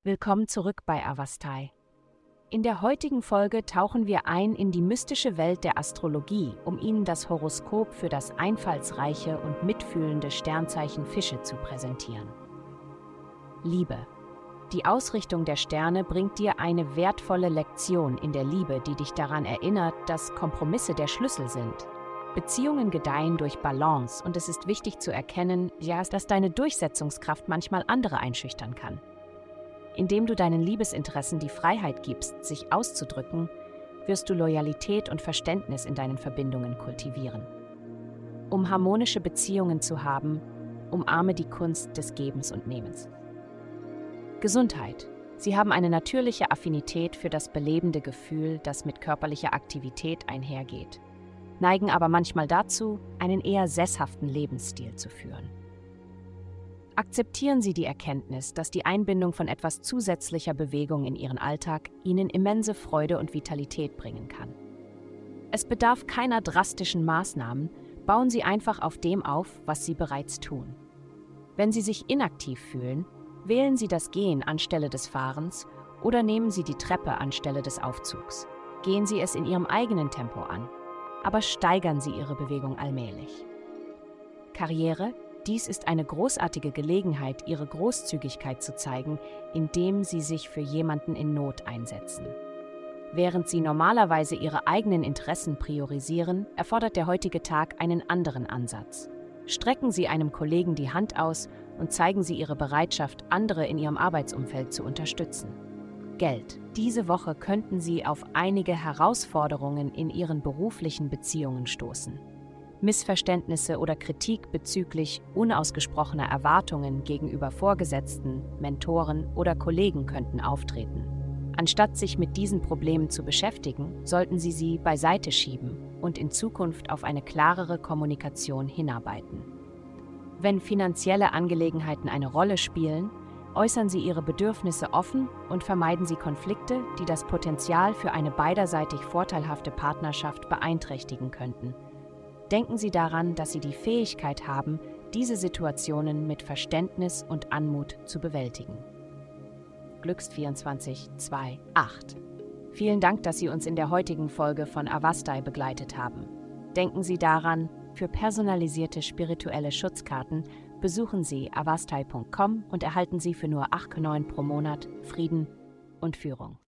Willkommen zurück bei Avastai. In der heutigen Folge tauchen wir ein in die mystische Welt der Astrologie, um Ihnen das Horoskop für das einfallsreiche und mitfühlende Sternzeichen Fische zu präsentieren. Liebe. Die Ausrichtung der Sterne bringt dir eine wertvolle Lektion in der Liebe, die dich daran erinnert, dass Kompromisse der Schlüssel sind. Beziehungen gedeihen durch Balance und es ist wichtig zu erkennen, dass deine Durchsetzungskraft manchmal andere einschüchtern kann. Indem du deinen Liebesinteressen die Freiheit gibst, sich auszudrücken, wirst du Loyalität und Verständnis in deinen Verbindungen kultivieren. Um harmonische Beziehungen zu haben, umarme die Kunst des Gebens und Nehmens. Gesundheit. Sie haben eine natürliche Affinität für das belebende Gefühl, das mit körperlicher Aktivität einhergeht, neigen aber manchmal dazu, einen eher sesshaften Lebensstil zu führen. Akzeptieren Sie die Erkenntnis, dass die Einbindung von etwas zusätzlicher Bewegung in Ihren Alltag Ihnen immense Freude und Vitalität bringen kann. Es bedarf keiner drastischen Maßnahmen, bauen Sie einfach auf dem auf, was Sie bereits tun. Wenn Sie sich inaktiv fühlen, wählen Sie das Gehen anstelle des Fahrens oder nehmen Sie die Treppe anstelle des Aufzugs. Gehen Sie es in Ihrem eigenen Tempo an, aber steigern Sie Ihre Bewegung allmählich. Karriere. Dies ist eine großartige Gelegenheit, Ihre Großzügigkeit zu zeigen, indem Sie sich für jemanden in Not einsetzen. Während Sie normalerweise Ihre eigenen Interessen priorisieren, erfordert der heutige Tag einen anderen Ansatz. Strecken Sie einem Kollegen die Hand aus und zeigen Sie Ihre Bereitschaft, andere in Ihrem Arbeitsumfeld zu unterstützen. Geld. Diese Woche könnten Sie auf einige Herausforderungen in Ihren beruflichen Beziehungen stoßen. Missverständnisse oder Kritik bezüglich unausgesprochener Erwartungen gegenüber Vorgesetzten, Mentoren oder Kollegen könnten auftreten. Anstatt sich mit diesen Problemen zu beschäftigen, sollten Sie sie beiseite schieben und in Zukunft auf eine klarere Kommunikation hinarbeiten. Wenn finanzielle Angelegenheiten eine Rolle spielen, äußern Sie Ihre Bedürfnisse offen und vermeiden Sie Konflikte, die das Potenzial für eine beiderseitig vorteilhafte Partnerschaft beeinträchtigen könnten. Denken Sie daran, dass Sie die Fähigkeit haben, diese Situationen mit Verständnis und Anmut zu bewältigen. Glücks2428. Vielen Dank, dass Sie uns in der heutigen Folge von Avastai begleitet haben. Denken Sie daran, für personalisierte spirituelle Schutzkarten besuchen Sie avastai.com und erhalten Sie für nur 8,9 pro Monat Frieden und Führung.